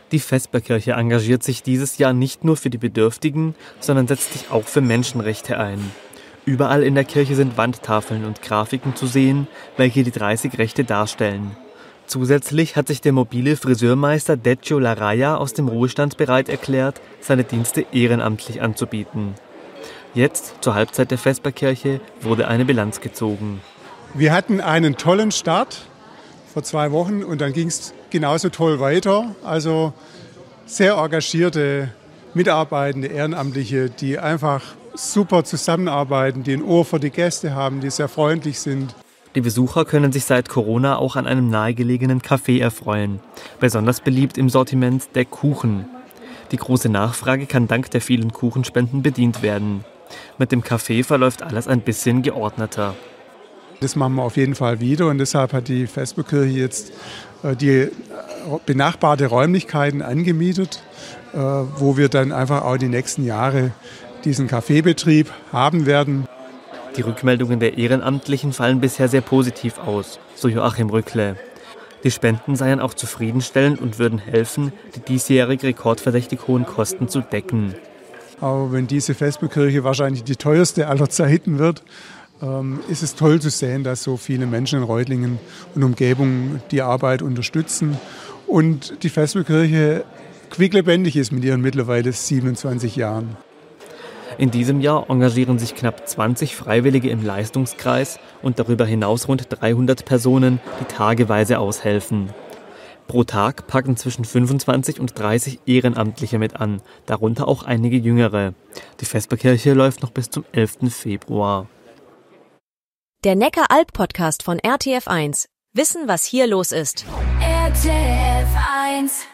Die Vesperkirche engagiert sich dieses Jahr nicht nur für die Bedürftigen, sondern setzt sich auch für Menschenrechte ein. Überall in der Kirche sind Wandtafeln und Grafiken zu sehen, welche die 30 Rechte darstellen. Zusätzlich hat sich der mobile Friseurmeister Decio Laraya aus dem Ruhestand bereit erklärt, seine Dienste ehrenamtlich anzubieten. Jetzt, zur Halbzeit der Vesperkirche, wurde eine Bilanz gezogen. Wir hatten einen tollen Start vor 2 Wochen und dann ging es genauso toll weiter. Also sehr engagierte Mitarbeitende, Ehrenamtliche, die einfach super zusammenarbeiten, die ein Ohr für die Gäste haben, die sehr freundlich sind. Die Besucher können sich seit Corona auch an einem nahegelegenen Café erfreuen. Besonders beliebt im Sortiment der Kuchen. Die große Nachfrage kann dank der vielen Kuchenspenden bedient werden. Mit dem Café verläuft alles ein bisschen geordneter. Das machen wir auf jeden Fall wieder und deshalb hat die Vesperkirche jetzt die benachbarte Räumlichkeiten angemietet, wo wir dann einfach auch die nächsten Jahre diesen Kaffeebetrieb haben werden. Die Rückmeldungen der Ehrenamtlichen fallen bisher sehr positiv aus, so Joachim Rückle. Die Spenden seien auch zufriedenstellend und würden helfen, die diesjährig rekordverdächtig hohen Kosten zu decken. Aber wenn diese Vesperkirche wahrscheinlich die teuerste aller Zeiten wird, ist es toll zu sehen, dass so viele Menschen in Reutlingen und Umgebung die Arbeit unterstützen und die Vesperkirche quicklebendig ist mit ihren mittlerweile 27 Jahren. In diesem Jahr engagieren sich knapp 20 Freiwillige im Leistungskreis und darüber hinaus rund 300 Personen, die tageweise aushelfen. Pro Tag packen zwischen 25 und 30 Ehrenamtliche mit an, darunter auch einige Jüngere. Die Vesperkirche läuft noch bis zum 11. Februar. Der Neckar-Alb-Podcast von RTF1. Wissen, was hier los ist. RTF1